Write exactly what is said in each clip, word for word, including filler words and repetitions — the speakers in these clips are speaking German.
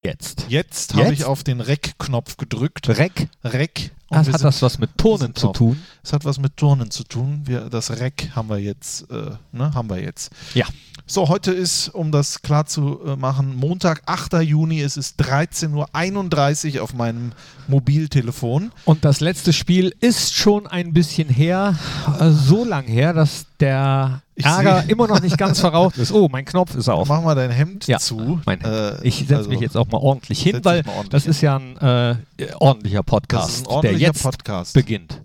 Jetzt. Jetzt habe ich auf den Rec-Knopf gedrückt. Rec? Rec. Und hat das was mit Turnen zu tun? Es hat was mit Turnen zu tun. Wir, das Rec haben wir jetzt. Äh, ne, haben wir jetzt. Ja. So, heute ist, um das klar zu äh, machen, Montag, achter Juni. Es ist dreizehn Uhr einunddreißig auf meinem Mobiltelefon. Und das letzte Spiel ist schon ein bisschen her. Äh, so lang her, dass der Ich Ärger seh- immer noch nicht ganz verraucht ist. Oh, mein Knopf ist auf. Mach mal dein Hemd Ja, zu. Mein Äh, ich setze also, mich jetzt auch mal ordentlich hin, setz weil dich mal ordentlich das hin. ist ja ein äh, ordentlicher Podcast, Das ist ein ordentlicher der jetzt Podcast. beginnt.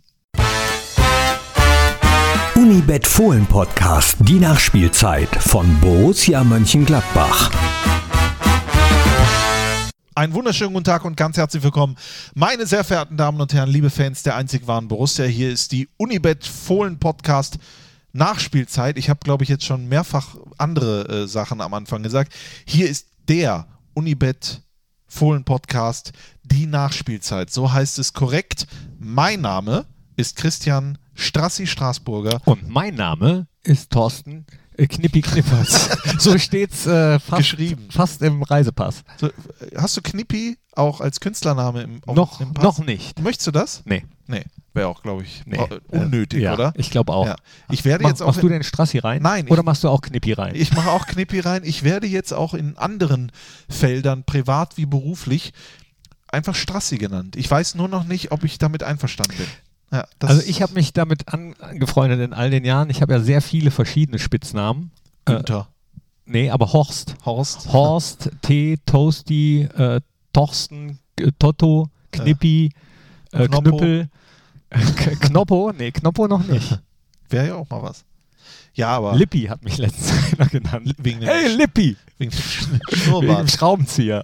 Unibet Fohlen Podcast, die Nachspielzeit von Borussia Mönchengladbach. Einen wunderschönen guten Tag und ganz herzlich willkommen, meine sehr verehrten Damen und Herren, liebe Fans der einzig wahren Borussia. Hier ist die Unibet Fohlen Podcast Nachspielzeit. Ich habe, glaube ich, jetzt schon mehrfach andere äh, Sachen am Anfang gesagt. Hier ist der Unibet Fohlen Podcast, die Nachspielzeit. So heißt es korrekt. Mein Name ist Christian Strassi Straßburger. Und mein Name ist Thorsten äh, Knippi Knippers. So steht's äh, fast, Geschrieben. fast im Reisepass. So, hast du Knippi auch als Künstlername im, auf, Noch, im Pass? noch nicht. Möchtest du das? Nee. Nee, wäre auch, glaube ich, Nee. äh, unnötig, Äh, ja, oder? Ich glaube auch. Ja. Ich werde Mach, jetzt auch machst du in- den Strassi rein? Nein, Oder ich- machst du auch Knippi rein? Ich mache auch Knippi rein. Ich werde jetzt auch in anderen Feldern, privat wie beruflich, einfach Strassi genannt. Ich weiß nur noch nicht, ob ich damit einverstanden bin. Ja, das Also ich habe mich damit an- angefreundet in all den Jahren. Ich habe ja sehr viele verschiedene Spitznamen. Günther, Äh, nee, aber Horst. Horst, Horst, T, Toasty, äh, Torsten, äh, Totto, Knippi, äh, Knoppo. Knüppel, K- Knoppo, nee, Knoppo noch nicht. wäre ja auch mal was. Ja, aber Lippi hat mich letztens einer genannt. wegen dem, Hey Lippi! wegen dem Wegen dem Schnurrbart. Schraubenzieher.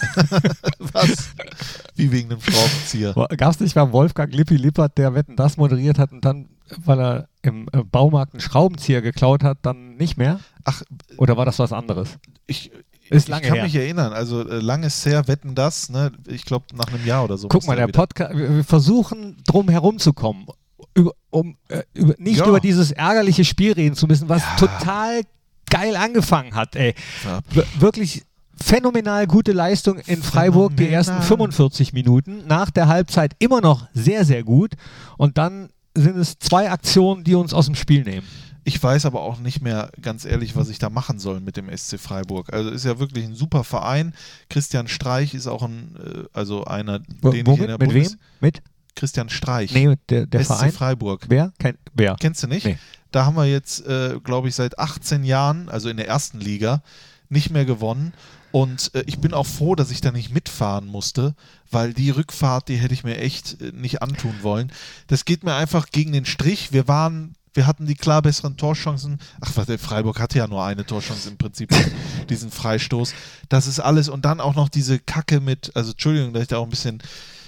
Was? Wie wegen dem Schraubenzieher. Gab es nicht beim Wolfgang Lippi Lippert, der Wetten, das moderiert hat und dann, weil er im äh, Baumarkt einen Schraubenzieher geklaut hat, dann nicht mehr? Ach, Oder war das was anderes? ich, Ist ich lange kann her. mich erinnern. Also äh, lange ist her, Wetten das, ne? Ich glaube nach einem Jahr oder so. Guck muss mal, der wieder- Podcast, wir wir versuchen drum herumzukommen, über, um äh, über, nicht Ja. über dieses ärgerliche Spiel reden zu müssen, was Ja. total geil angefangen hat, ey. Ja. W wirklich phänomenal gute Leistung in Freiburg, die Phänomenal. ersten fünfundvierzig Minuten, nach der Halbzeit immer noch sehr, sehr gut und dann sind es zwei Aktionen, die uns aus dem Spiel nehmen. Ich weiß aber auch nicht mehr, ganz ehrlich, was ich da machen soll mit dem S C Freiburg. Also ist ja wirklich ein super Verein. Christian Streich ist auch ein, äh, also einer, W den ich in womit? der Mit Bundes- wem? Mit? Christian Streich. Nee, der, der S C Verein? Freiburg. Wer? Kein, wer? Kennst du nicht? Nee. Da haben wir jetzt, äh, glaube ich, seit achtzehn Jahren, also in der ersten Liga, nicht mehr gewonnen. Und äh, ich bin auch froh, dass ich da nicht mitfahren musste, weil die Rückfahrt, die hätte ich mir echt äh, nicht antun wollen. Das geht mir einfach gegen den Strich. Wir waren, wir hatten die klar besseren Torchancen. Ach, was, der Freiburg hatte ja nur eine Torchance im Prinzip, diesen Freistoß. Das ist alles. Und dann auch noch diese Kacke mit, also Entschuldigung, dass ich da auch ein bisschen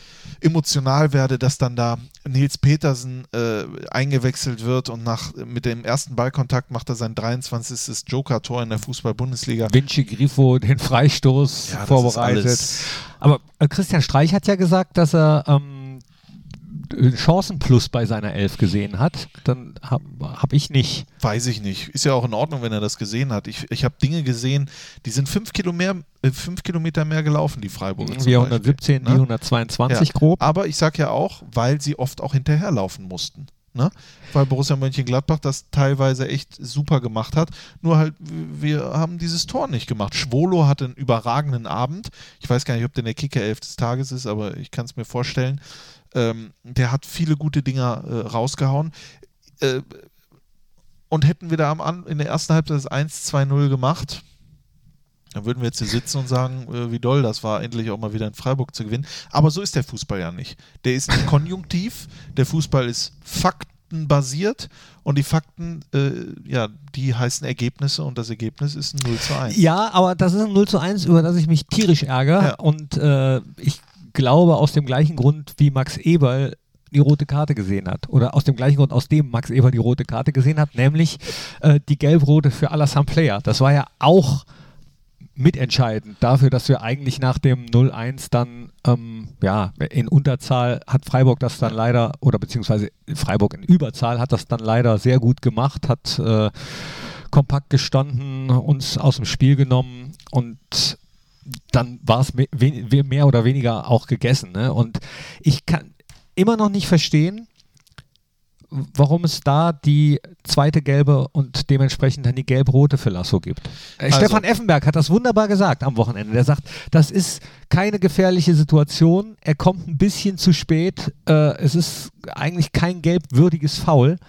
emotional werde, dass dann da Nils Petersen äh, eingewechselt wird und nach, mit dem ersten Ballkontakt macht er sein dreiundzwanzigsten Joker-Tor in der Fußball-Bundesliga. Vinci Grifo den Freistoß Ja, das vorbereitet. ist alles- Aber äh, Christian Streich hat ja gesagt, dass er ähm, äh, Chancenplus bei seiner Elf gesehen hat. Dann habe hab ich nicht. Weiß ich nicht. Ist ja auch in Ordnung, wenn er das gesehen hat. Ich, ich habe Dinge gesehen, die sind fünf, Kilo mehr, äh, fünf Kilometer mehr gelaufen, die Freiburger. zum Wir Beispiel, hundertsiebzehn, ne? die hundertzweiundzwanzig Ja. grob. Aber ich sage ja auch, weil sie oft auch hinterherlaufen mussten. Ne? Weil Borussia Mönchengladbach das teilweise echt super gemacht hat. Nur halt, wir haben dieses Tor nicht gemacht. Schwolo hatte einen überragenden Abend. Ich weiß gar nicht, ob der in der Kicker-Elf des Tages ist, aber ich kann es mir vorstellen. Ähm, der hat viele gute Dinger äh, rausgehauen. Äh, und hätten wir da am An in der ersten Halbzeit das eins zwei null gemacht, dann würden wir jetzt hier sitzen und sagen, äh, wie doll das war, endlich auch mal wieder in Freiburg zu gewinnen. Aber so ist der Fußball ja nicht. Der ist nicht konjunktiv, der Fußball ist faktenbasiert und die Fakten, äh, ja, die heißen Ergebnisse und das Ergebnis ist ein null zu eins. Ja, aber das ist ein null zu eins, über das ich mich tierisch ärgere. Ja. Und äh, ich glaube aus dem gleichen Grund, wie Max Eberl die rote Karte gesehen hat. Oder aus dem gleichen Grund, aus dem Max Eberl die rote Karte gesehen hat, nämlich äh, die gelb-rote für Alassane Player. Das war ja auch mitentscheidend dafür, dass wir eigentlich nach dem null eins dann, ähm, ja, in Unterzahl hat Freiburg das dann leider, oder beziehungsweise Freiburg in Überzahl hat das dann leider sehr gut gemacht, hat äh, kompakt gestanden, uns aus dem Spiel genommen und dann war es me- we- mehr oder weniger auch gegessen. Ne? Und ich kann immer noch nicht verstehen, warum es da die zweite gelbe und dementsprechend dann die gelb-rote für Lasso gibt. Äh, Also. Stefan Effenberg hat das wunderbar gesagt am Wochenende. Der sagt, das ist keine gefährliche Situation, er kommt ein bisschen zu spät, äh, es ist eigentlich kein gelbwürdiges Foul.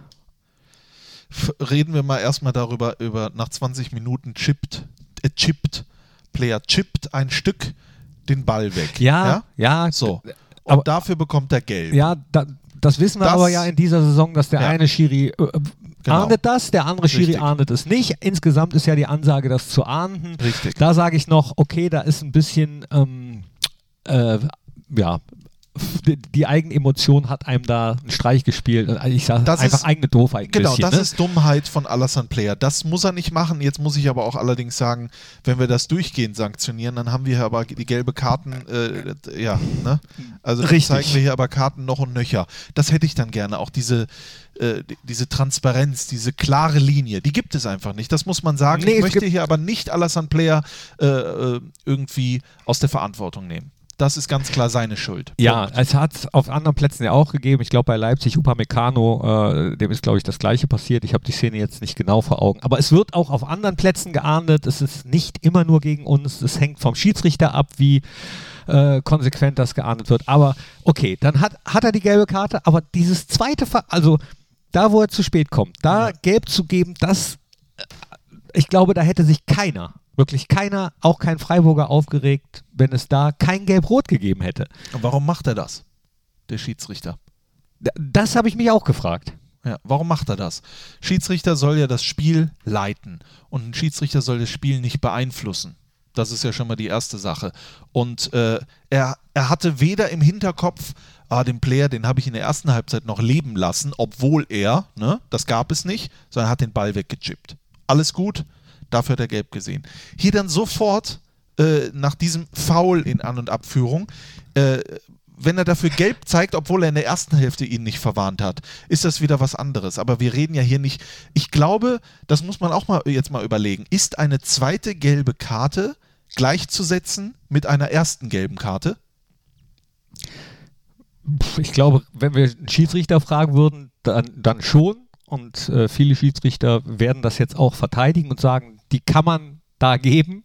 F- Reden wir mal erstmal darüber, über nach zwanzig Minuten chippt, äh, chippt, Player chippt ein Stück den Ball weg. Ja, ja. So. Und aber- dafür bekommt er gelb. Ja, da, das wissen wir Das- aber ja in dieser Saison, dass der Ja. eine Schiri äh, Genau. ahndet das, der andere Schiri Richtig. ahndet es nicht. Insgesamt ist ja die Ansage, das zu ahnden. Richtig. Da sage ich noch, okay, da ist ein bisschen, ähm, äh, ja, die, die Eigenemotion hat einem da einen Streich gespielt. Und ich sage Das einfach ist- eigene Doofheit ein Genau, bisschen. das ne? ist Dummheit von Alassane Player. Das muss er nicht machen. Jetzt muss ich aber auch allerdings sagen, wenn wir das durchgehend sanktionieren, dann haben wir hier aber die gelbe Karten, äh, ja, ne? Also dann Richtig. zeigen wir hier aber Karten noch und nöcher. Das hätte ich dann gerne. Auch diese, äh, die- diese Transparenz, diese klare Linie, die gibt es einfach nicht. Das muss man sagen. Nee, ich es möchte gibt- hier aber nicht Alassane Player äh, äh, irgendwie aus der Verantwortung nehmen. Das ist ganz klar seine Schuld. Ja, Punkt. es hat es auf anderen Plätzen ja auch gegeben. Ich glaube bei Leipzig, Upamecano, äh, dem ist glaube ich das Gleiche passiert. Ich habe die Szene jetzt nicht genau vor Augen. Aber es wird auch auf anderen Plätzen geahndet. Es ist nicht immer nur gegen uns. Es hängt vom Schiedsrichter ab, wie äh, konsequent das geahndet wird. Aber okay, dann hat, hat er die gelbe Karte. Aber dieses zweite, Ver also da wo er zu spät kommt, da Ja. gelb zu geben, das, äh, ich glaube, da hätte sich keiner, wirklich keiner, auch kein Freiburger aufgeregt, wenn es da kein Gelb-Rot gegeben hätte. Und warum macht er das, der Schiedsrichter? D- Das habe ich mich auch gefragt. Ja, warum macht er das? Schiedsrichter soll ja das Spiel leiten und ein Schiedsrichter soll das Spiel nicht beeinflussen. Das ist ja schon mal die erste Sache. Und äh, er, er hatte weder im Hinterkopf, ah, den Player, den habe ich in der ersten Halbzeit noch leben lassen, obwohl er, ne, das gab es nicht, sondern er hat den Ball weggechippt. Alles gut, dafür hat er gelb gesehen. Hier dann sofort äh, nach diesem Foul in An- und Abführung, äh, wenn er dafür gelb zeigt, obwohl er in der ersten Hälfte ihn nicht verwarnt hat, ist das wieder was anderes. Aber wir reden ja hier nicht, ich glaube, das muss man auch mal jetzt mal überlegen, ist eine zweite gelbe Karte gleichzusetzen mit einer ersten gelben Karte? Pff, Ich glaube, wenn wir einen Schiedsrichter fragen würden, dann, dann schon. Und äh, viele Schiedsrichter werden das jetzt auch verteidigen und sagen, die kann man da geben.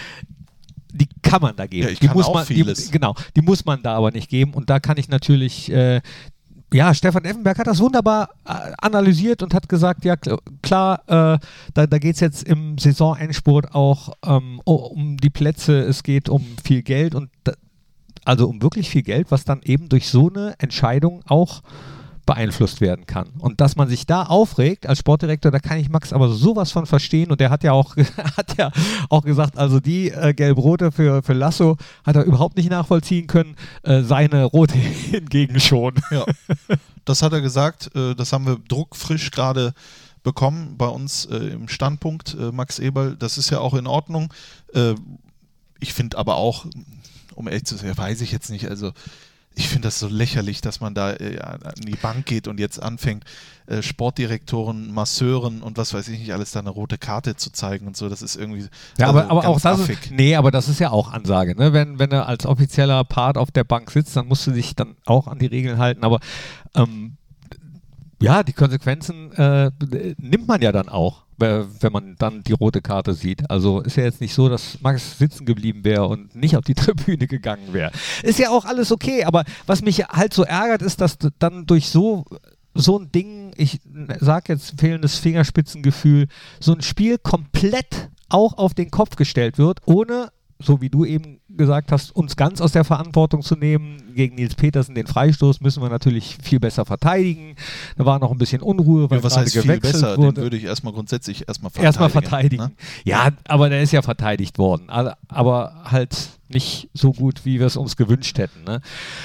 Die kann man da geben. Ja, ich die kann muss auch man, vieles. Die, genau, die muss man da aber nicht geben. Und da kann ich natürlich, äh, ja, Stefan Effenberg hat das wunderbar äh, analysiert und hat gesagt, ja kl- klar, äh, da, da geht es jetzt im Saisonendspurt auch ähm, um die Plätze, es geht um viel Geld und da, also um wirklich viel Geld, was dann eben durch so eine Entscheidung auch beeinflusst werden kann. Und dass man sich da aufregt als Sportdirektor, da kann ich Max aber sowas von verstehen. Und der hat ja auch, hat ja auch gesagt, also die äh, gelb-rote für, für Lasso hat er überhaupt nicht nachvollziehen können, äh, seine rote hingegen schon. Ja, das hat er gesagt. Äh, das haben wir druckfrisch gerade bekommen bei uns äh, im Standpunkt, äh, Max Eberl. Das ist ja auch in Ordnung. Äh, ich finde aber auch, um ehrlich zu sein, weiß ich jetzt nicht, also ich finde das so lächerlich, dass man da äh, an die Bank geht und jetzt anfängt, äh, Sportdirektoren, Masseuren und was weiß ich nicht alles, da eine rote Karte zu zeigen und so. Das ist irgendwie Ja, also aber, aber auch ganz das affig. ist, nee, aber das ist ja auch Ansage, ne? Wenn, wenn du als offizieller Part auf der Bank sitzt, dann musst du dich dann auch an die Regeln halten, aber ähm, ja, die Konsequenzen äh, nimmt man ja dann auch, wenn man dann die rote Karte sieht. Also ist ja jetzt nicht so, dass Max sitzen geblieben wäre und nicht auf die Tribüne gegangen wäre. Ist ja auch alles okay, aber was mich halt so ärgert, ist, dass dann durch so so ein Ding, ich sag jetzt fehlendes Fingerspitzengefühl, so ein Spiel komplett auch auf den Kopf gestellt wird, ohne, so wie du eben gesagt hast, uns ganz aus der Verantwortung zu nehmen. Gegen Nils Petersen den Freistoß müssen wir natürlich viel besser verteidigen. Da war noch ein bisschen Unruhe, weil Ja, was gerade heißt viel gewechselt besser? wurde. Den würde ich erstmal grundsätzlich erstmal verteidigen. Erstmal verteidigen. Ne? Ja, aber der ist ja verteidigt worden. Aber- Aber halt nicht so gut, wie wir es uns gewünscht hätten. Ne?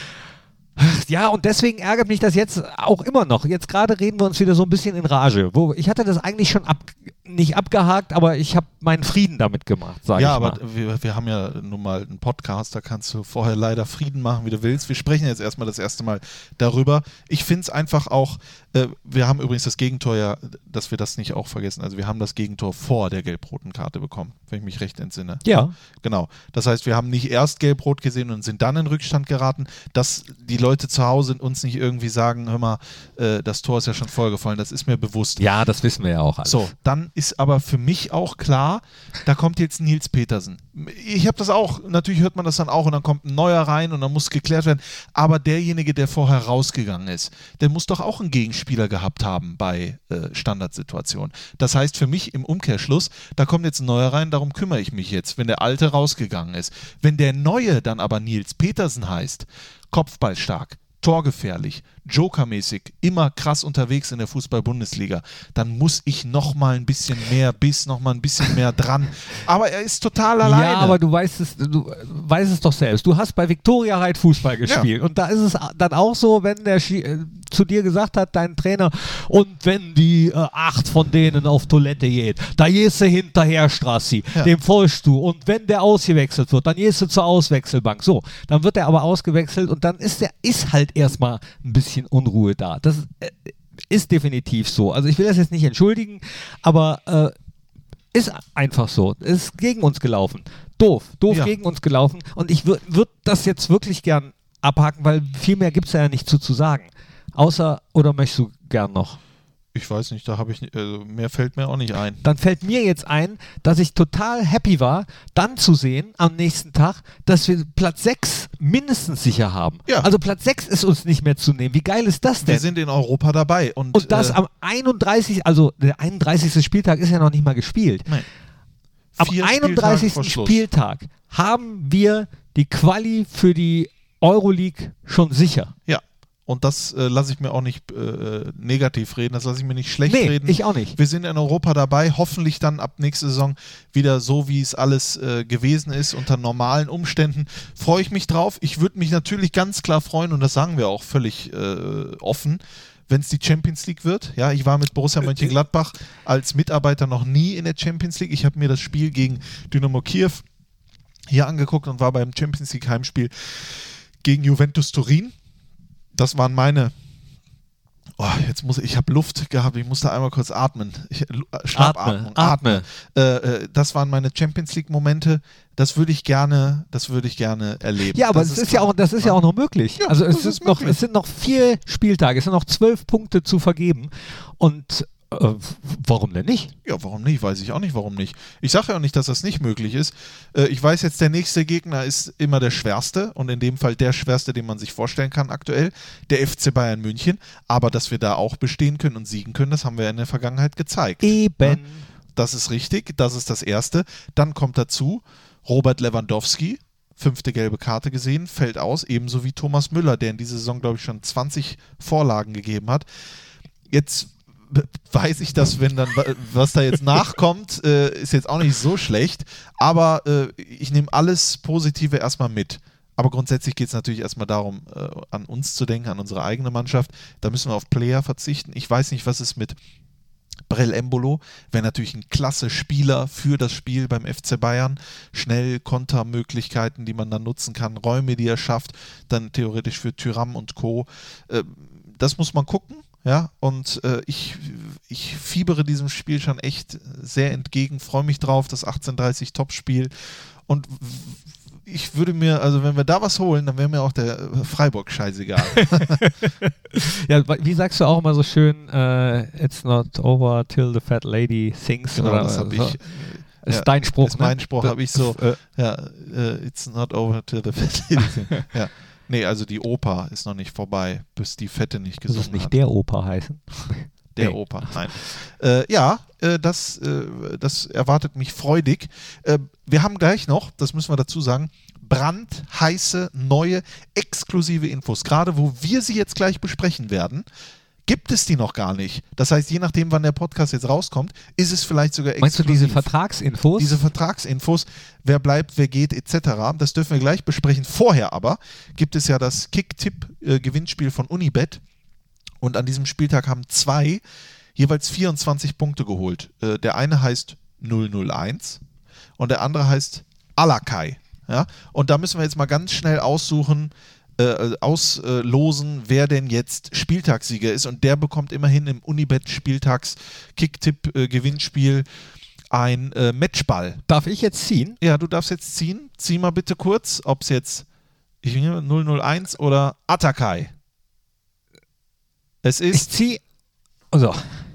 Ja, und deswegen ärgert mich das jetzt auch immer noch. Jetzt gerade reden wir uns wieder so ein bisschen in Rage. Wo ich hatte das eigentlich schon ab, nicht abgehakt, aber ich habe meinen Frieden damit gemacht, sage ja, ich mal. Ja, aber wir, wir haben ja nun mal einen Podcast, da kannst du vorher leider Frieden machen, wie du willst. Wir sprechen jetzt erstmal das erste Mal darüber. Ich finde es einfach auch, äh, wir haben übrigens das Gegentor ja, dass wir das nicht auch vergessen, also wir haben das Gegentor vor der gelb-roten Karte bekommen, wenn ich mich recht entsinne. Ja. Genau. Das heißt, wir haben nicht erst gelb-rot gesehen und sind dann in Rückstand geraten, dass die Leute zu Hause uns nicht irgendwie sagen, hör mal, äh, das Tor ist ja schon vorgefallen, das ist mir bewusst. Ja, das wissen wir ja auch alles. So, dann ist aber für mich auch klar, da kommt jetzt Nils Petersen. Ich habe das auch, natürlich hört man das dann auch und dann kommt ein neuer rein und dann muss geklärt werden, aber derjenige, der vorher rausgegangen ist, der muss doch auch einen Gegenspieler gehabt haben bei äh, Standardsituationen. Das heißt für mich im Umkehrschluss, da kommt jetzt ein neuer rein, darum kümmere ich mich jetzt, wenn der alte rausgegangen ist. Wenn der neue dann aber Nils Petersen heißt, kopfballstark, torgefährlich, jokermäßig, immer krass unterwegs in der Fußball-Bundesliga, dann muss ich noch mal ein bisschen mehr Biss, noch mal ein bisschen mehr dran. Aber er ist total alleine. Ja, aber du weißt es, du weißt es doch selbst. Du hast bei Viktoria Reit Fußball gespielt Ja. und da ist es dann auch so, wenn der Schi- äh, zu dir gesagt hat, dein Trainer, und wenn die äh, acht von denen auf Toilette geht, da gehst du hinterher, Strassi, Ja. dem folgst du, und wenn der ausgewechselt wird, dann gehst du zur Auswechselbank. So, dann wird er aber ausgewechselt und dann ist der ist halt erstmal ein bisschen Unruhe da. Das äh, ist definitiv so. Also ich will das jetzt nicht entschuldigen, aber äh, ist einfach so. Ist gegen uns gelaufen. Doof. Doof Ja. gegen uns gelaufen. Und ich würde würd das jetzt wirklich gern abhaken, weil viel mehr gibt es ja nicht zu, zu sagen. Außer, oder möchtest du gern noch? Ich weiß nicht, da habe ich, äh, mehr fällt mir auch nicht ein. Dann fällt mir jetzt ein, dass ich total happy war, dann zu sehen am nächsten Tag, dass wir Platz sechs mindestens sicher haben. Ja. Also Platz sechs ist uns nicht mehr zu nehmen. Wie geil ist das denn? Wir sind in Europa dabei. Und, Und das äh, am einunddreißigsten Also der einunddreißigste Spieltag ist ja noch nicht mal gespielt. nein. Am Vier Spieltage einunddreißigsten vor Schluss. Spieltag haben wir die Quali für die Euroleague schon sicher. Ja. Und das äh, lasse ich mir auch nicht äh, negativ reden, das lasse ich mir nicht schlecht Nee, reden. ich auch nicht. Wir sind in Europa dabei, hoffentlich dann ab nächste Saison wieder so, wie es alles äh, gewesen ist, unter normalen Umständen. Freue ich mich drauf. Ich würde mich natürlich ganz klar freuen, und das sagen wir auch völlig äh, offen, wenn es die Champions League wird. Ja, ich war mit Borussia Mönchengladbach als Mitarbeiter noch nie in der Champions League. Ich habe mir das Spiel gegen Dynamo Kiew hier angeguckt und war beim Champions League Heimspiel gegen Juventus Turin. Das waren meine. Oh, jetzt muss ich, ich habe Luft gehabt, ich musste einmal kurz atmen. Ich, äh, Schnappatmung, Atme, Äh, äh, das waren meine Champions League Momente. Das würde ich gerne, das würde ich gerne erleben. Ja, aber das es ist ja klar. auch, das ist ja auch noch möglich. Ja, also es das ist sind, noch, möglich. es sind noch vier Spieltage, es sind noch zwölf Punkte zu vergeben. Und äh, warum denn nicht? Ja, warum nicht? Weiß ich auch nicht, warum nicht. Ich sage ja auch nicht, dass das nicht möglich ist. Äh, ich weiß jetzt, der nächste Gegner ist immer der schwerste und in dem Fall der schwerste, den man sich vorstellen kann aktuell, der F C Bayern München. Aber dass wir da auch bestehen können und siegen können, das haben wir in der Vergangenheit gezeigt. Eben. Ja, das ist richtig, das ist das Erste. Dann kommt dazu Robert Lewandowski, fünfte gelbe Karte gesehen, fällt aus, ebenso wie Thomas Müller, der in dieser Saison, glaube ich, schon zwanzig Vorlagen gegeben hat. Jetzt weiß ich, dass wenn dann, was da jetzt nachkommt, äh, ist jetzt auch nicht so schlecht, aber äh, ich nehme alles Positive erstmal mit. Aber grundsätzlich geht es natürlich erstmal darum, äh, an uns zu denken, an unsere eigene Mannschaft. Da müssen wir auf Player verzichten. Ich weiß nicht, was ist mit Brel Embolo, wäre natürlich ein klasse Spieler für das Spiel beim F C Bayern. Schnell Kontermöglichkeiten, die man dann nutzen kann, Räume, die er schafft, dann theoretisch für Thuram und Co. Äh, das muss man gucken. Ja, und äh, ich, ich fiebere diesem Spiel schon echt sehr entgegen, freue mich drauf, das achtzehn Uhr dreißig Topspiel. Und w- ich würde mir, also wenn wir da was holen, dann wäre mir auch der Freiburg scheißegal. Ja, wie sagst du auch immer so schön, äh, it's not over till the fat lady sings. Genau, oder das habe so. ich. Ist ja, dein Spruch, ist ne? mein Spruch, habe ich so, Äh, ja, äh, it's not over till the fat lady sings. Ja. Nee, also die Oper ist noch nicht vorbei, bis die Fette nicht Muss gesungen es nicht hat. der Opa heißen? Der Nee. Oper, nein. Äh, ja, äh, das, äh, das erwartet mich freudig. Äh, wir haben gleich noch, das müssen wir dazu sagen, brandheiße, neue, exklusive Infos. Gerade wo wir sie jetzt gleich besprechen werden, gibt es die noch gar nicht. Das heißt, je nachdem, wann der Podcast jetzt rauskommt, ist es vielleicht sogar exklusiv. Meinst du diese Vertragsinfos? Diese Vertragsinfos, wer bleibt, wer geht, et cetera. Das dürfen wir gleich besprechen. Vorher aber gibt es ja das Kick-Tipp-Gewinnspiel von Unibet. Und an diesem Spieltag haben zwei jeweils vierundzwanzig Punkte geholt. Äh, der eine heißt null null eins und der andere heißt Alakai. Ja? Und da müssen wir jetzt mal ganz schnell aussuchen, äh, auslosen, wer denn jetzt Spieltagssieger ist. Und der bekommt immerhin im Unibet-Spieltags-Kicktipp-Gewinnspiel ein äh, Matchball. Darf ich jetzt ziehen? Ja, du darfst jetzt ziehen. Zieh mal bitte kurz, ob es jetzt ich nehme null null eins oder Atakai. Es ist. Ich ziehe. Also.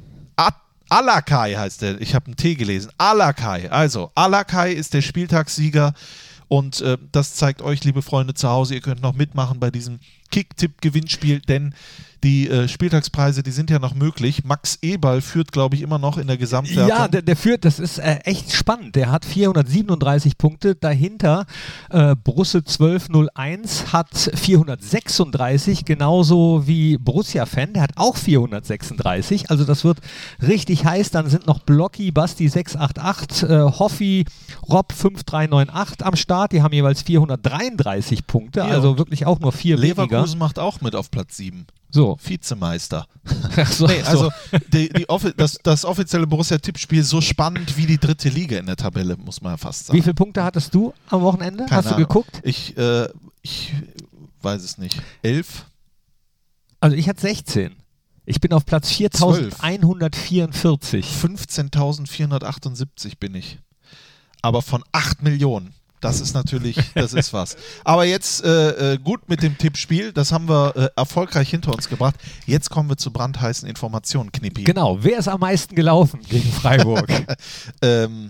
Alakai heißt der. Ich habe einen T gelesen. Alakai. Also, Alakai ist der Spieltagssieger. Und äh, das zeigt euch, liebe Freunde zu Hause, ihr könnt noch mitmachen bei diesem Kick-Tipp-Gewinnspiel, denn die äh, Spieltagspreise, die sind ja noch möglich. Max Eberl führt, glaube ich, immer noch in der Gesamtwertung. Ja, der, der führt, das ist äh, echt spannend. Der hat vierhundertsiebenunddreißig Punkte. Dahinter äh, Brusse zwölf null eins hat vierhundertsechsunddreißig, genauso wie Borussia-Fan, der hat auch vierhundertsechsunddreißig. Also das wird richtig heiß. Dann sind noch Blocky, Basti sechs acht acht, äh, Hoffi, Rob fünf drei neun acht am Start. Die haben jeweils vierhundertdreiunddreißig Punkte, Ja, also wirklich auch nur vier Leverkusen weniger. macht auch mit auf Platz sieben. So. Vizemeister. so, nee, also so. die, die Offi- das, das offizielle Borussia-Tippspiel so spannend wie die dritte Liga in der Tabelle, muss man ja fast sagen. Wie viele Punkte hattest du am Wochenende? Keine Hast du Ahnung. geguckt? Ich, äh, ich weiß es nicht. Elf? Also ich hatte sechzehn. Ich bin auf Platz viertausendeinhundertvierundvierzig. fünfzehntausendvierhundertachtundsiebzig bin ich. Aber von acht Millionen. Das ist natürlich, das ist was. Aber jetzt äh, äh, gut mit dem Tippspiel, das haben wir äh, erfolgreich hinter uns gebracht. Jetzt kommen wir zu brandheißen Informationen, Knippi. Genau, wer ist am meisten gelaufen gegen Freiburg? ähm,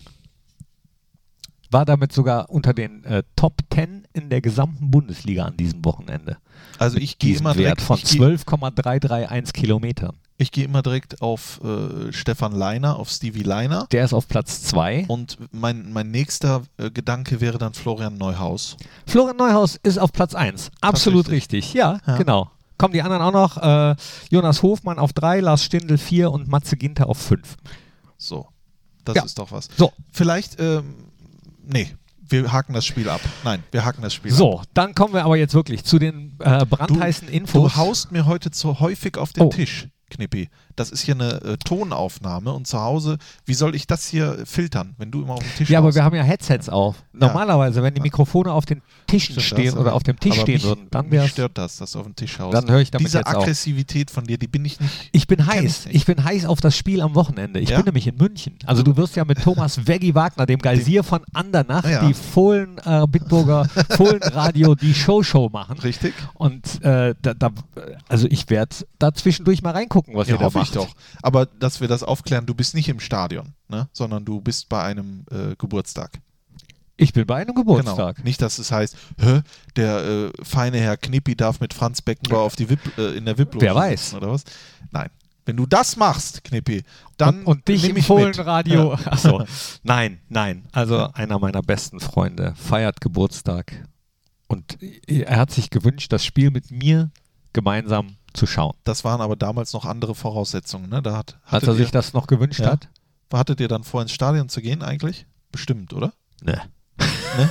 War damit sogar unter den äh, Top zehn in der gesamten Bundesliga an diesem Wochenende. also ich gehe Diesen immer Wert direkt, von ich gehe zwölf Komma dreihunderteinunddreißig Kilometern. ich gehe immer direkt auf äh, Stefan Leiner, auf Stevie Leiner. Der ist auf Platz zwei. Und mein, mein nächster äh, Gedanke wäre dann Florian Neuhaus. Florian Neuhaus ist auf Platz eins. Absolut richtig. Ja, Ja. genau. Kommen die anderen auch noch. Äh, Jonas Hofmann auf drei, Lars Stindl vier und Matze Ginter auf fünf. So, das Ja. ist doch was. So. Vielleicht, ähm, nee, wir haken das Spiel ab. Nein, wir haken das Spiel ab. So, dann kommen wir aber jetzt wirklich zu den äh, brandheißen Infos. Du haust mir heute zu häufig auf den Oh. Tisch, Knippi. Das ist hier eine äh, Tonaufnahme und zu Hause, wie soll ich das hier filtern, wenn du immer auf den Tisch Ja, aber haust? wir haben ja Headsets auf. Normalerweise, wenn die Mikrofone auf den Tischen Stimmt, stehen das, oder auf dem Tisch aber stehen mich, würden, dann mich wäre es. stört das, dass du auf den Tisch haust. Dann höre ich damit Diese jetzt auf. Aggressivität von dir, die bin ich nicht. Ich bin kenn heiß. nicht. Ich bin heiß auf das Spiel am Wochenende. Ich Ja? bin nämlich in München. Also du wirst ja mit Thomas Veggi Wagner, dem Geysir von Andernach, Ja. die Fohlen äh, Bitburger Fohlenradio, die Show-Show machen. Richtig? Und äh, da, da, also ich werde da zwischendurch mal reingucken, was Ja, ihr da hoffe macht. ich doch. Aber dass wir das aufklären, du bist nicht im Stadion, ne? Sondern du bist bei einem äh, Geburtstag. Ich bin bei einem Geburtstag. Genau. Nicht, dass es heißt, hä, der äh, feine Herr Knippi darf mit Franz Beckenbauer auf die Vip, äh, in der V I P-Loge Wer weiß. sitzen, oder was? Nein. Wenn du das machst, Knippi, dann und, und dich nimm im ich Fohlenradio. mit. Ja. Achso. Nein, nein. Also einer meiner besten Freunde feiert Geburtstag. Und er hat sich gewünscht, das Spiel mit mir gemeinsam zu schauen. Das waren aber damals noch andere Voraussetzungen, ne? Da hat, Als hattet er sich ihr, das noch gewünscht Ja. hat? hattet ihr dann vor, ins Stadion zu gehen eigentlich? Bestimmt, oder? Ne. Ne?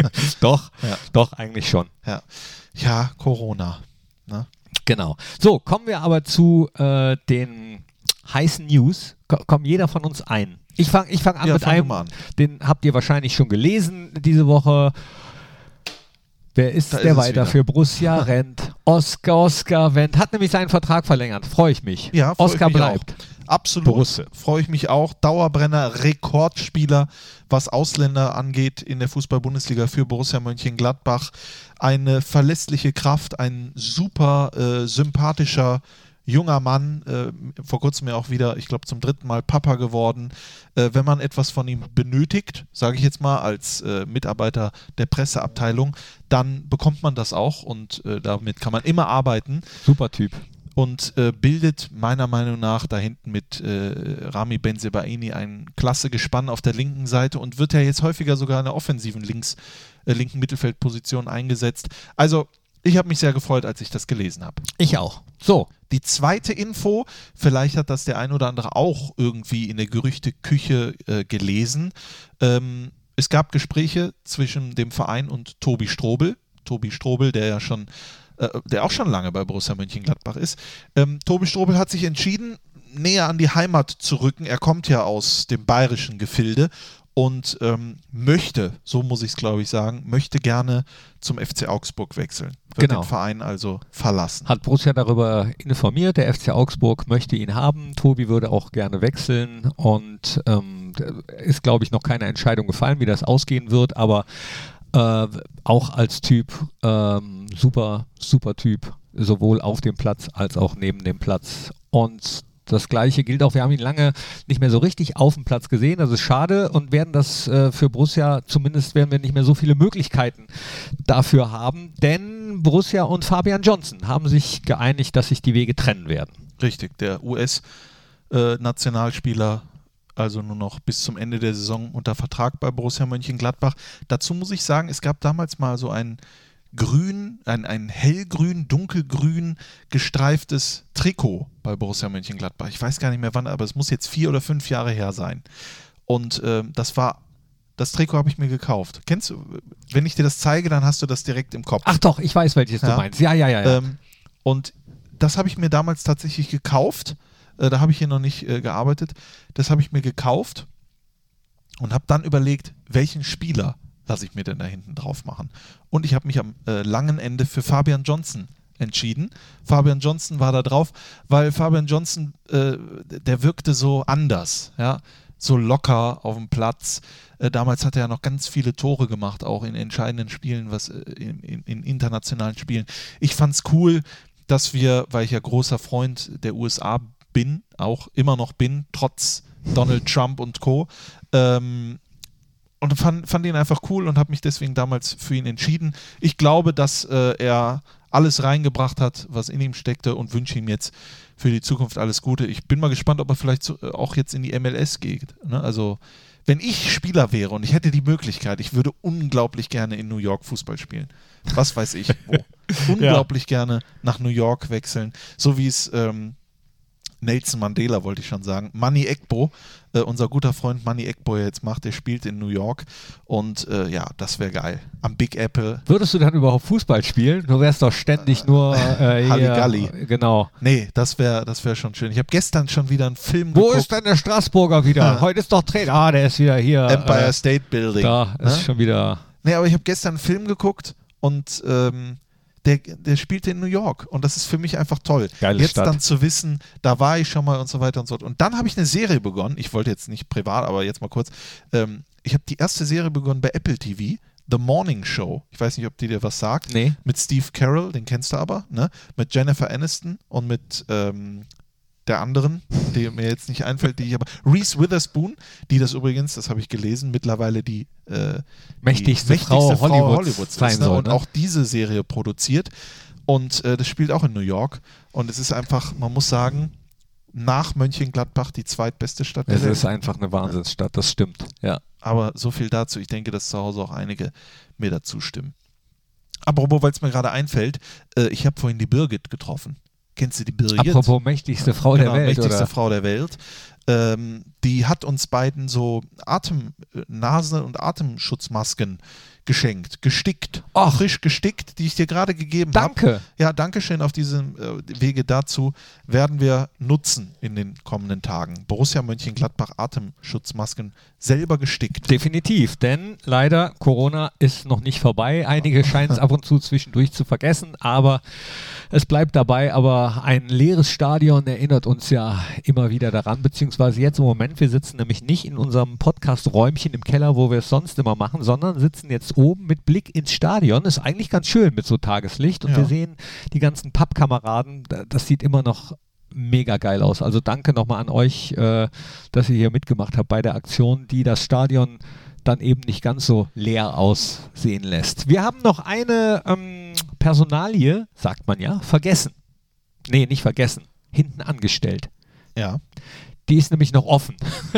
Doch, Ja. doch, eigentlich schon. Ja. Ja, Corona. Ne? Genau. So, kommen wir aber zu äh, den heißen News. Ko- Kommt jeder von uns ein. Ich fange ich fang an Ja, mit fang du einem, mal an. den habt ihr wahrscheinlich schon gelesen diese Woche. Wer ist Da der ist es weiter wieder. für Borussia rennt? Oskar, Oskar Wendt. Hat nämlich seinen Vertrag verlängert. Freue ich mich. Ja, freu ich Oskar mich bleibt. Absolut. Borussia. Freue ich mich auch. Dauerbrenner, Rekordspieler, was Ausländer angeht in der Fußball-Bundesliga für Borussia Mönchengladbach. Eine verlässliche Kraft, ein super äh, sympathischer junger Mann, äh, vor kurzem ja auch wieder, ich glaube zum dritten Mal Papa geworden. Äh, wenn man etwas von ihm benötigt, sage ich jetzt mal als äh, Mitarbeiter der Presseabteilung, dann bekommt man das auch und äh, damit kann man immer arbeiten. Super Typ. Und äh, bildet meiner Meinung nach da hinten mit äh, Rami Bensebaini ein klasse Gespann auf der linken Seite und wird ja jetzt häufiger sogar in der offensiven links, äh, linken Mittelfeldposition eingesetzt. Also ich habe mich sehr gefreut, als ich das gelesen habe. Ich auch. So. Die zweite Info, vielleicht hat das der ein oder andere auch irgendwie in der Gerüchteküche äh, gelesen. Ähm, es gab Gespräche zwischen dem Verein und Tobi Strobel. Tobi Strobel, der ja schon, äh, der auch schon lange bei Borussia Mönchengladbach ist. Ähm, Tobi Strobel hat sich entschieden, näher an die Heimat zu rücken. Er kommt ja aus dem bayerischen Gefilde und ähm, möchte, so muss ich es glaube ich sagen, möchte gerne zum F C Augsburg wechseln. Wird Genau. den Verein also verlassen. Hat Borussia darüber informiert, der F C Augsburg möchte ihn haben, Tobi würde auch gerne wechseln und ähm, ist glaube ich noch keine Entscheidung gefallen, wie das ausgehen wird, aber äh, auch als Typ ähm, super, super Typ, sowohl auf dem Platz als auch neben dem Platz. Und das Gleiche gilt auch, wir haben ihn lange nicht mehr so richtig auf dem Platz gesehen, das ist schade und werden das äh, für Borussia, zumindest werden wir nicht mehr so viele Möglichkeiten dafür haben, denn Borussia und Fabian Johnson haben sich geeinigt, dass sich die Wege trennen werden. Richtig, der U S-Nationalspieler, also nur noch bis zum Ende der Saison unter Vertrag bei Borussia Mönchengladbach. Dazu muss ich sagen, es gab damals mal so ein grün, ein, ein hellgrün, dunkelgrün gestreiftes Trikot bei Borussia Mönchengladbach. Ich weiß gar nicht mehr wann, aber es muss jetzt vier oder fünf Jahre her sein. Und ähm, das war, das Trikot habe ich mir gekauft. Kennst du, wenn ich dir das zeige, dann hast du das direkt im Kopf. Ach doch, ich weiß, welches ja? du meinst. Ja, ja, ja. ja. Ähm, und das habe ich mir damals tatsächlich gekauft. Äh, da habe ich hier noch nicht äh, gearbeitet. Das habe ich mir gekauft und habe dann überlegt, welchen Spieler lasse ich mir denn da hinten drauf machen. Und ich habe mich am äh, langen Ende für Fabian Johnson entschieden. Fabian Johnson war da drauf, weil Fabian Johnson, äh, der wirkte so anders, ja, so locker auf dem Platz. Äh, damals hat er ja noch ganz viele Tore gemacht, auch in entscheidenden Spielen, was äh, in, in, in internationalen Spielen. Ich fand's cool, dass wir, weil ich ja großer Freund der U S A bin, auch immer noch bin, trotz Donald Trump und Co., ähm, und fand, fand ihn einfach cool und habe mich deswegen damals für ihn entschieden. Ich glaube, dass äh, er alles reingebracht hat, was in ihm steckte und wünsche ihm jetzt für die Zukunft alles Gute. Ich bin mal gespannt, ob er vielleicht so, äh, auch jetzt in die M L S geht. Ne? Also, wenn ich Spieler wäre und ich hätte die Möglichkeit, ich würde unglaublich gerne in New York Fußball spielen. Was weiß ich wo. Unglaublich ja. gerne nach New York wechseln. So wie es ähm, Nelson Mandela, wollte ich schon sagen, Manny Ekbo, äh, unser guter Freund Manny Ekbo jetzt macht, der spielt in New York und äh, ja, das wäre geil. Am Big Apple. Würdest du dann überhaupt Fußball spielen? Du wärst doch ständig nur äh, Halligalli. Genau. Nee, das wäre das wär schon schön. Ich habe gestern schon wieder einen Film Wo geguckt. ist denn der Straßburger wieder? Ja. Heute ist doch Trainer. Ah, der ist wieder hier. Empire äh, State Building. Da ist ne? schon wieder... Nee, aber ich habe gestern einen Film geguckt und ähm, Der, der spielte in New York und das ist für mich einfach toll. Geile jetzt Stadt. Dann zu wissen, da war ich schon mal und so weiter und so fort. Und dann habe ich eine Serie begonnen, ich wollte jetzt nicht privat, aber jetzt mal kurz, ähm, ich habe die erste Serie begonnen bei Apple T V, The Morning Show. Ich weiß nicht, ob die dir was sagt. Nee. Mit Steve Carell, den kennst du aber, ne? Mit Jennifer Aniston und mit ähm, der anderen, die mir jetzt nicht einfällt, die ich aber, Reese Witherspoon, die das übrigens, das habe ich gelesen, mittlerweile die äh, mächtigste, die Frau, mächtigste Frau Hollywoods, Hollywoods sein ist, ne? soll. Und ne? auch diese Serie produziert und äh, das spielt auch in New York und es ist einfach, man muss sagen, nach Mönchengladbach die zweitbeste Stadt der Es Welt. ist einfach eine Wahnsinnsstadt, das stimmt, ja. Aber so viel dazu, ich denke, dass zu Hause auch einige mir dazu stimmen. Apropos, weil es mir gerade einfällt, äh, ich habe vorhin die Birgit getroffen. Kennst du die Birgit? Apropos mächtigste Frau genau, der Welt, mächtigste oder? Frau der Welt. Ähm, die hat uns beiden so Atem, Nase- und Atemschutzmasken geschenkt, gestickt, Ach. frisch gestickt, die ich dir gerade gegeben habe. Danke. Ja, danke schön. Auf diesem äh, Wege dazu werden wir nutzen in den kommenden Tagen. Borussia Mönchengladbach Atemschutzmasken selber gestickt. Definitiv, denn leider Corona ist noch nicht vorbei. Einige scheinen es ab und zu zwischendurch zu vergessen, aber es bleibt dabei. Aber ein leeres Stadion erinnert uns ja immer wieder daran, beziehungsweise jetzt im Moment, wir sitzen nämlich nicht in unserem Podcast-Räumchen im Keller, wo wir es sonst immer machen, sondern sitzen jetzt oben mit Blick ins Stadion. Ist eigentlich ganz schön mit so Tageslicht und Ja. wir sehen die ganzen Pappkameraden. Das sieht immer noch mega geil aus. Also danke nochmal an euch, äh, dass ihr hier mitgemacht habt bei der Aktion, die das Stadion dann eben nicht ganz so leer aussehen lässt. Wir haben noch eine ähm, Personalie, sagt man ja, vergessen. Nee, nicht vergessen. Hinten angestellt. Ja. Die ist nämlich noch offen.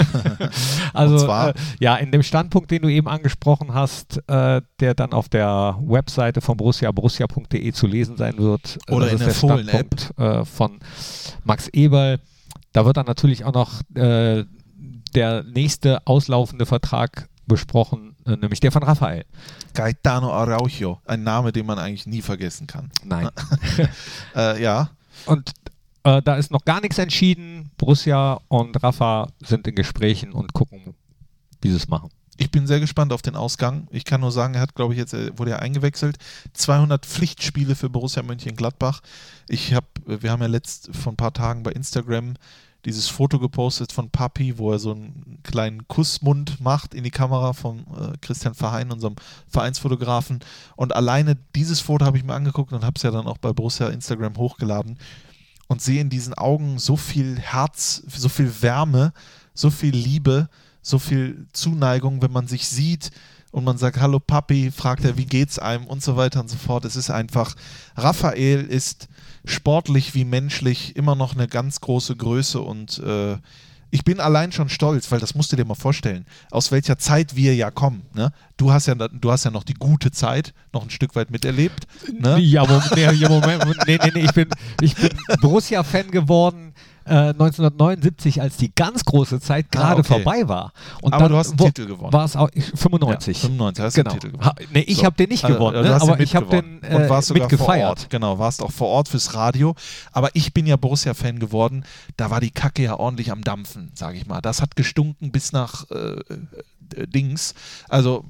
Also Und zwar? äh, ja, in dem Standpunkt, den du eben angesprochen hast, äh, der dann auf der Webseite von Borussia, borussia punkt de zu lesen sein wird. äh, Oder das in ist der Standpunkt äh, von Max Eberl. Da wird dann natürlich auch noch äh, der nächste auslaufende Vertrag besprochen, äh, nämlich der von Raphael. Gaetano Araujo, ein Name, den man eigentlich nie vergessen kann. Nein. äh, ja. Und äh, da ist noch gar nichts entschieden. Borussia und Rafa sind in Gesprächen und gucken, wie sie es machen. Ich bin sehr gespannt auf den Ausgang. Ich kann nur sagen, er hat, glaube ich, jetzt er wurde ja eingewechselt. zweihundert Pflichtspiele für Borussia Mönchengladbach. Ich habe, wir haben ja letzt vor ein paar Tagen bei Instagram dieses Foto gepostet von Papi, wo er so einen kleinen Kussmund macht in die Kamera von äh, Christian Verheyen, unserem Vereinsfotografen. Und alleine dieses Foto habe ich mir angeguckt und habe es ja dann auch bei Borussia Instagram hochgeladen und sehe in diesen Augen so viel Herz, so viel Wärme, so viel Liebe, so viel Zuneigung, wenn man sich sieht und man sagt, hallo Papi, fragt er, wie geht's einem und so weiter und so fort. Es ist einfach, Raphael ist sportlich wie menschlich immer noch eine ganz große Größe und äh, ich bin allein schon stolz, weil das musst du dir mal vorstellen, aus welcher Zeit wir ja kommen. Ne? Du hast ja, du hast ja noch die gute Zeit, noch ein Stück weit miterlebt. Ne? Ja, Moment, nee, ja, Moment, nee, nee, nee, ich bin, ich bin Borussia-Fan geworden äh, neunzehnhundertneunundsiebzig, als die ganz große Zeit gerade ah, okay. vorbei war. Und aber dann, du hast einen wo, Titel gewonnen. War es auch ich, fünfundneunzig. Ja, fünfundneunzig hast genau. du einen Titel gewonnen. Ha, nee, ich so. habe den nicht gewonnen, also, ne? aber ich habe den äh, und warst sogar mitgefeiert. Vor Ort. Genau, warst auch vor Ort fürs Radio. Aber ich bin ja Borussia-Fan geworden. Da war die Kacke ja ordentlich am Dampfen, sage ich mal. Das hat gestunken bis nach äh, äh, Dings. Also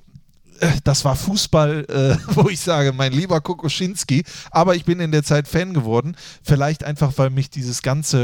das war Fußball, äh, wo ich sage, mein lieber Kokoschinski, aber ich bin in der Zeit Fan geworden, vielleicht einfach, weil mich dieses Ganze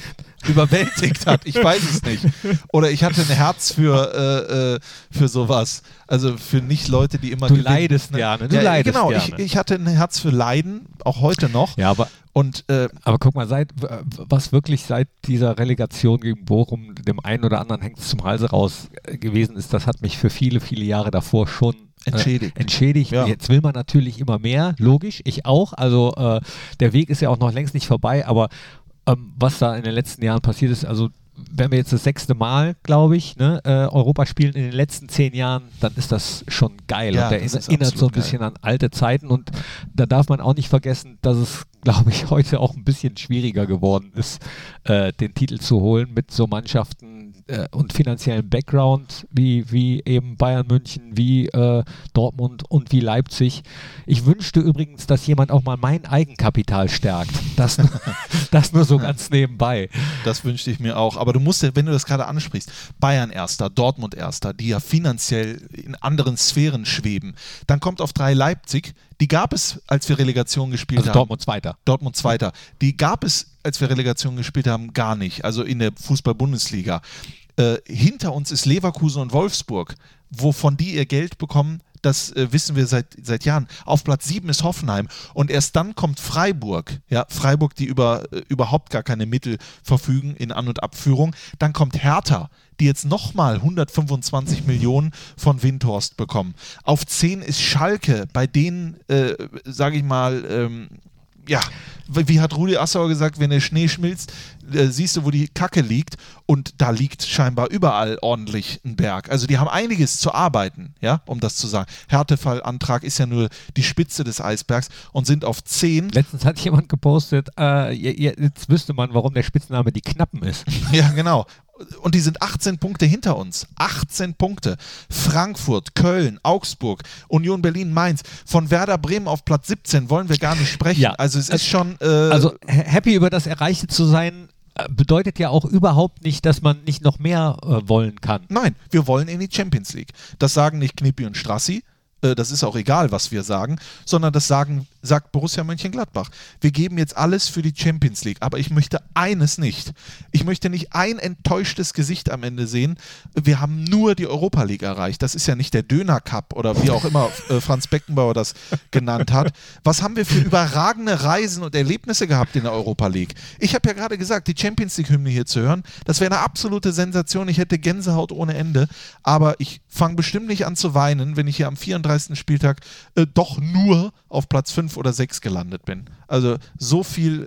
überwältigt hat, ich weiß es nicht. Oder ich hatte ein Herz für, äh, äh, für sowas, also für nicht Leute, die immer Du gewinnen. leidest gerne, du ja, leidest genau, gerne. Genau, ich, ich hatte ein Herz für Leiden, auch heute noch. Ja, aber Und, äh, aber guck mal, seit, was wirklich seit dieser Relegation gegen Bochum dem einen oder anderen hängt es zum Halse raus äh, gewesen ist, das hat mich für viele, viele Jahre davor schon äh, entschädigt. entschädigt. Ja. Jetzt will man natürlich immer mehr, logisch, ich auch. Also äh, der Weg ist ja auch noch längst nicht vorbei, aber ähm, was da in den letzten Jahren passiert ist, also wenn wir jetzt das sechste Mal, glaube ich, ne, äh, Europa spielen in den letzten zehn Jahren, dann ist das schon geil. Ja, und der erinnert so ein bisschen geil. an alte Zeiten. Und da darf man auch nicht vergessen, dass es, glaube ich, heute auch ein bisschen schwieriger geworden ist, äh, den Titel zu holen mit so Mannschaften äh, und finanziellen Background wie, wie eben Bayern München, wie äh, Dortmund und wie Leipzig. Ich wünschte übrigens, dass jemand auch mal mein Eigenkapital stärkt. Das, das nur so ganz nebenbei. Das wünschte ich mir auch. Aber du musst ja, wenn du das gerade ansprichst, Bayern Erster, Dortmund Erster, die ja finanziell in anderen Sphären schweben. Dann kommt auf drei Leipzig. Die gab es, als wir Relegation gespielt also haben. Dortmund Zweiter. Dortmund Zweiter. Die gab es, als wir Relegation gespielt haben, gar nicht. Also in der Fußball-Bundesliga. Äh, hinter uns ist Leverkusen und Wolfsburg. Wovon die ihr Geld bekommen, das äh, wissen wir seit, seit Jahren. Auf Platz sieben ist Hoffenheim und erst dann kommt Freiburg. Ja, Freiburg, die über äh, überhaupt gar keine Mittel verfügen in An- und Abführung. Dann kommt Hertha, die jetzt nochmal hundertfünfundzwanzig Millionen von Windhorst bekommen. Auf zehn ist Schalke, bei denen, äh, sage ich mal, ähm, ja, wie hat Rudi Assauer gesagt, wenn der Schnee schmilzt, äh, siehst du, wo die Kacke liegt und da liegt scheinbar überall ordentlich ein Berg. Also die haben einiges zu arbeiten, ja, um das zu sagen. Härtefallantrag ist ja nur die Spitze des Eisbergs und sind auf zehn. Letztens hat jemand gepostet, äh, jetzt wüsste man, warum der Spitzname die Knappen ist. Ja, genau. Und die sind achtzehn Punkte hinter uns. achtzehn Punkte. Frankfurt, Köln, Augsburg, Union Berlin, Mainz. Von Werder Bremen auf Platz siebzehn wollen wir gar nicht sprechen. Ja. Also es ist schon... Äh, also happy über das Erreichte zu sein, äh, bedeutet ja auch überhaupt nicht, dass man nicht noch mehr äh, wollen kann. Nein, wir wollen in die Champions League. Das sagen nicht Knippi und Strassi. Äh, das ist auch egal, was wir sagen. Sondern das sagen, sagt Borussia Mönchengladbach. Wir geben jetzt alles für die Champions League. Aber ich möchte eines nicht. Ich möchte nicht ein enttäuschtes Gesicht am Ende sehen. Wir haben nur die Europa League erreicht. Das ist ja nicht der Döner Cup oder wie auch immer äh, Franz Beckenbauer das genannt hat. Was haben wir für überragende Reisen und Erlebnisse gehabt in der Europa League? Ich habe ja gerade gesagt, die Champions League-Hymne hier zu hören, das wäre eine absolute Sensation. Ich hätte Gänsehaut ohne Ende. Aber ich fange bestimmt nicht an zu weinen, wenn ich hier am vierunddreißigsten Spieltag äh, doch nur auf Platz fünf oder sechs gelandet bin. Also so viel,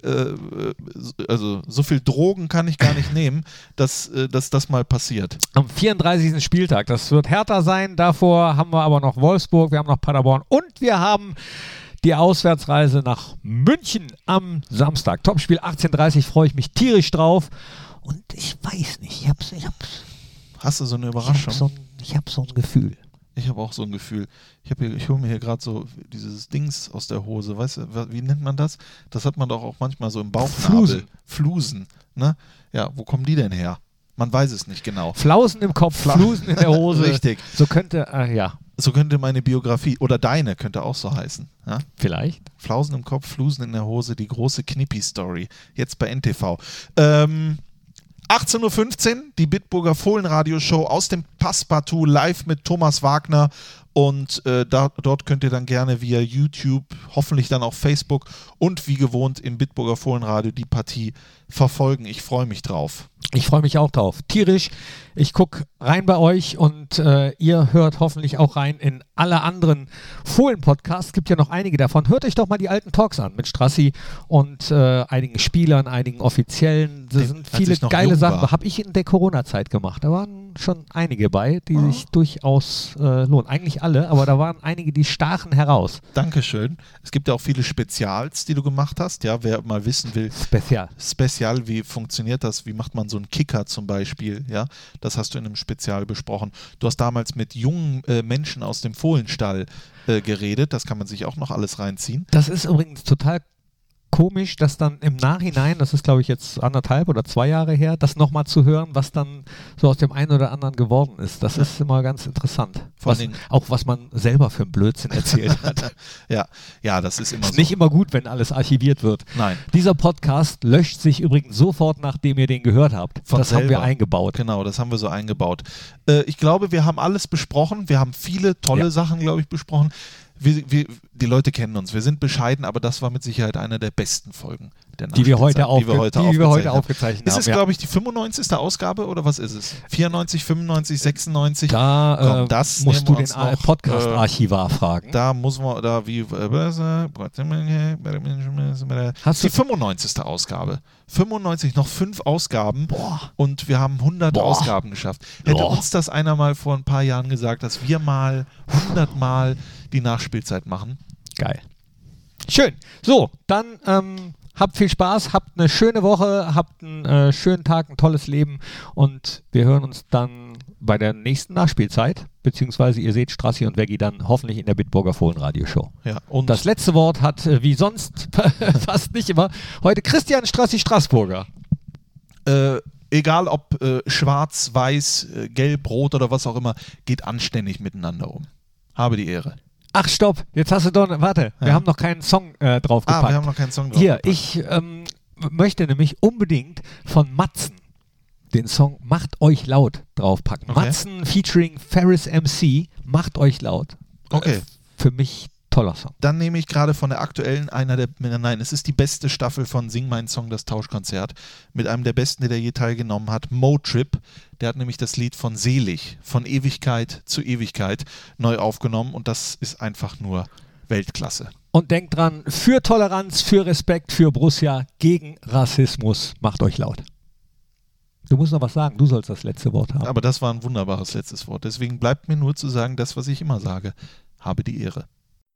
äh, also so viel Drogen kann ich gar nicht nehmen, dass, äh, dass das mal passiert. Am vierunddreißigsten Spieltag, das wird Hertha sein, davor haben wir aber noch Wolfsburg, wir haben noch Paderborn und wir haben die Auswärtsreise nach München am Samstag. Topspiel achtzehn Uhr dreißig, freue ich mich tierisch drauf und ich weiß nicht, ich hab's, ich hab's. Hast du so eine Ich Überraschung? habe so, ein- ich hab so ein Gefühl. Ich habe auch so ein Gefühl. Ich, hab hier, ich hole mir hier gerade so dieses Dings aus der Hose. Weißt du, wie nennt man das? Das hat man doch auch manchmal so im Bauchnabel. Flusen. Flusen. Ne? Ja, wo kommen die denn her? Man weiß es nicht genau. Flausen im Kopf, Fla- Flusen in der Hose. Richtig. So könnte, äh, ja, So könnte meine Biografie, oder deine könnte auch so heißen. Ja? vielleicht. Flausen im Kopf, Flusen in der Hose, die große Knippi-Story. Jetzt bei N T V. Ähm, achtzehn Uhr fünfzehn, die Bitburger Fohlen-Radio-Show aus dem Passepartout live mit Thomas Wagner. Und äh, da, dort könnt ihr dann gerne via YouTube, hoffentlich dann auch Facebook und wie gewohnt im Bitburger Fohlenradio die Partie verfolgen. Ich freue mich drauf. Ich freue mich auch drauf. Tierisch. Ich gucke rein bei euch und äh, ihr hört hoffentlich auch rein in alle anderen Fohlen-Podcasts. Es gibt ja noch einige davon. Hört euch doch mal die alten Talks an mit Strassi und äh, einigen Spielern, einigen Offiziellen. Da Den- sind als viele ich noch geile jung Sachen. war. Habe ich in der Corona-Zeit gemacht. Da waren schon einige bei, die Ah. sich durchaus äh, lohnen. Eigentlich alle, aber da waren einige, die stachen heraus. Dankeschön. Es gibt ja auch viele Spezials, die du gemacht hast. Ja, wer mal wissen will, Spezial. Spezial, wie funktioniert das? Wie macht man so einen Kicker zum Beispiel? Ja, das hast du in einem Spezial besprochen. Du hast damals mit jungen äh, Menschen aus dem Fohlenstall äh, geredet. Das kann man sich auch noch alles reinziehen. Das ist übrigens total komisch, das dann im Nachhinein, das ist glaube ich jetzt anderthalb oder zwei Jahre her, das nochmal zu hören, was dann so aus dem einen oder anderen geworden ist. Das ist immer ganz interessant. Vor Was, allen Dingen- auch was man selber für einen Blödsinn erzählt hat. Ja, ja, das ist immer Ist so. nicht immer gut, wenn alles archiviert wird. Nein. Dieser Podcast löscht sich übrigens sofort, nachdem ihr den gehört habt. Von das haben wir selber. eingebaut. Genau, das haben wir so eingebaut. Äh, ich glaube, wir haben alles besprochen. Wir haben viele tolle Ja. Sachen, glaube ich, besprochen. Wir, wir, die Leute kennen uns. Wir sind bescheiden, aber das war mit Sicherheit einer der besten Folgen der Die wir heute, Nachspielzeit, die wir heute, aufge- die wir heute aufgezeichnet haben. aufgezeichnet Ist haben. es, ja. glaube ich, die fünfundneunzigste Ausgabe oder was ist es? vierundneunzig, fünfundneunzig, sechsundneunzig? Da Komm, äh, das musst nehmen du wir den uns noch, Podcast-Archivar fragen. Da muss man, da wie, Hast die du- fünfundneunzigste Ausgabe. fünfundneunzig, noch fünf Ausgaben und wir haben hundert Boah. Ausgaben geschafft. Hätte Boah. uns das einer mal vor ein paar Jahren gesagt, dass wir mal hundert Mal die Nachspielzeit machen? Geil. Schön. So, dann ähm, habt viel Spaß, habt eine schöne Woche, habt einen äh, schönen Tag, ein tolles Leben und wir hören uns dann bei der nächsten Nachspielzeit, beziehungsweise ihr seht Strassi und Veggie dann hoffentlich in der Bitburger Fohlen-Radio-Show. Ja, und Das letzte Wort hat, äh, wie sonst, fast nicht immer, heute Christian Strassi Straßburger. äh, egal ob äh, schwarz, weiß, äh, gelb, rot oder was auch immer, geht anständig miteinander um. Habe die Ehre. Ach, stopp, jetzt hast du doch, warte, wir Ja. haben noch keinen Song äh, Ah, draufgepackt. wir haben noch keinen Song drauf. Hier, ich ähm, möchte nämlich unbedingt von Matzen den Song Macht euch laut draufpacken. Okay. Matzen featuring Ferris M C, Macht euch laut. Okay. Äh, für mich toller Song. Dann nehme ich gerade von der aktuellen einer der, nein, es ist die beste Staffel von Sing Mein Song, das Tauschkonzert, mit einem der besten, der da je teilgenommen hat, Motrip. Der hat nämlich das Lied von Selig, von Ewigkeit zu Ewigkeit, neu aufgenommen und das ist einfach nur Weltklasse. Und denkt dran, für Toleranz, für Respekt, für Borussia, gegen Rassismus, macht euch laut. Du musst noch was sagen, du sollst das letzte Wort haben. Aber das war ein wunderbares letztes Wort. Deswegen bleibt mir nur zu sagen, das, was ich immer sage, habe die Ehre.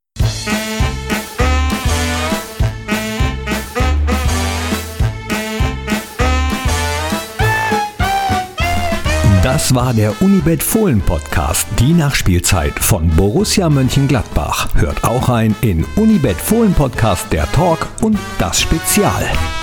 Das war der Unibet Fohlen Podcast, die Nachspielzeit von Borussia Mönchengladbach. Hört auch rein in Unibet Fohlen Podcast, der Talk und das Spezial.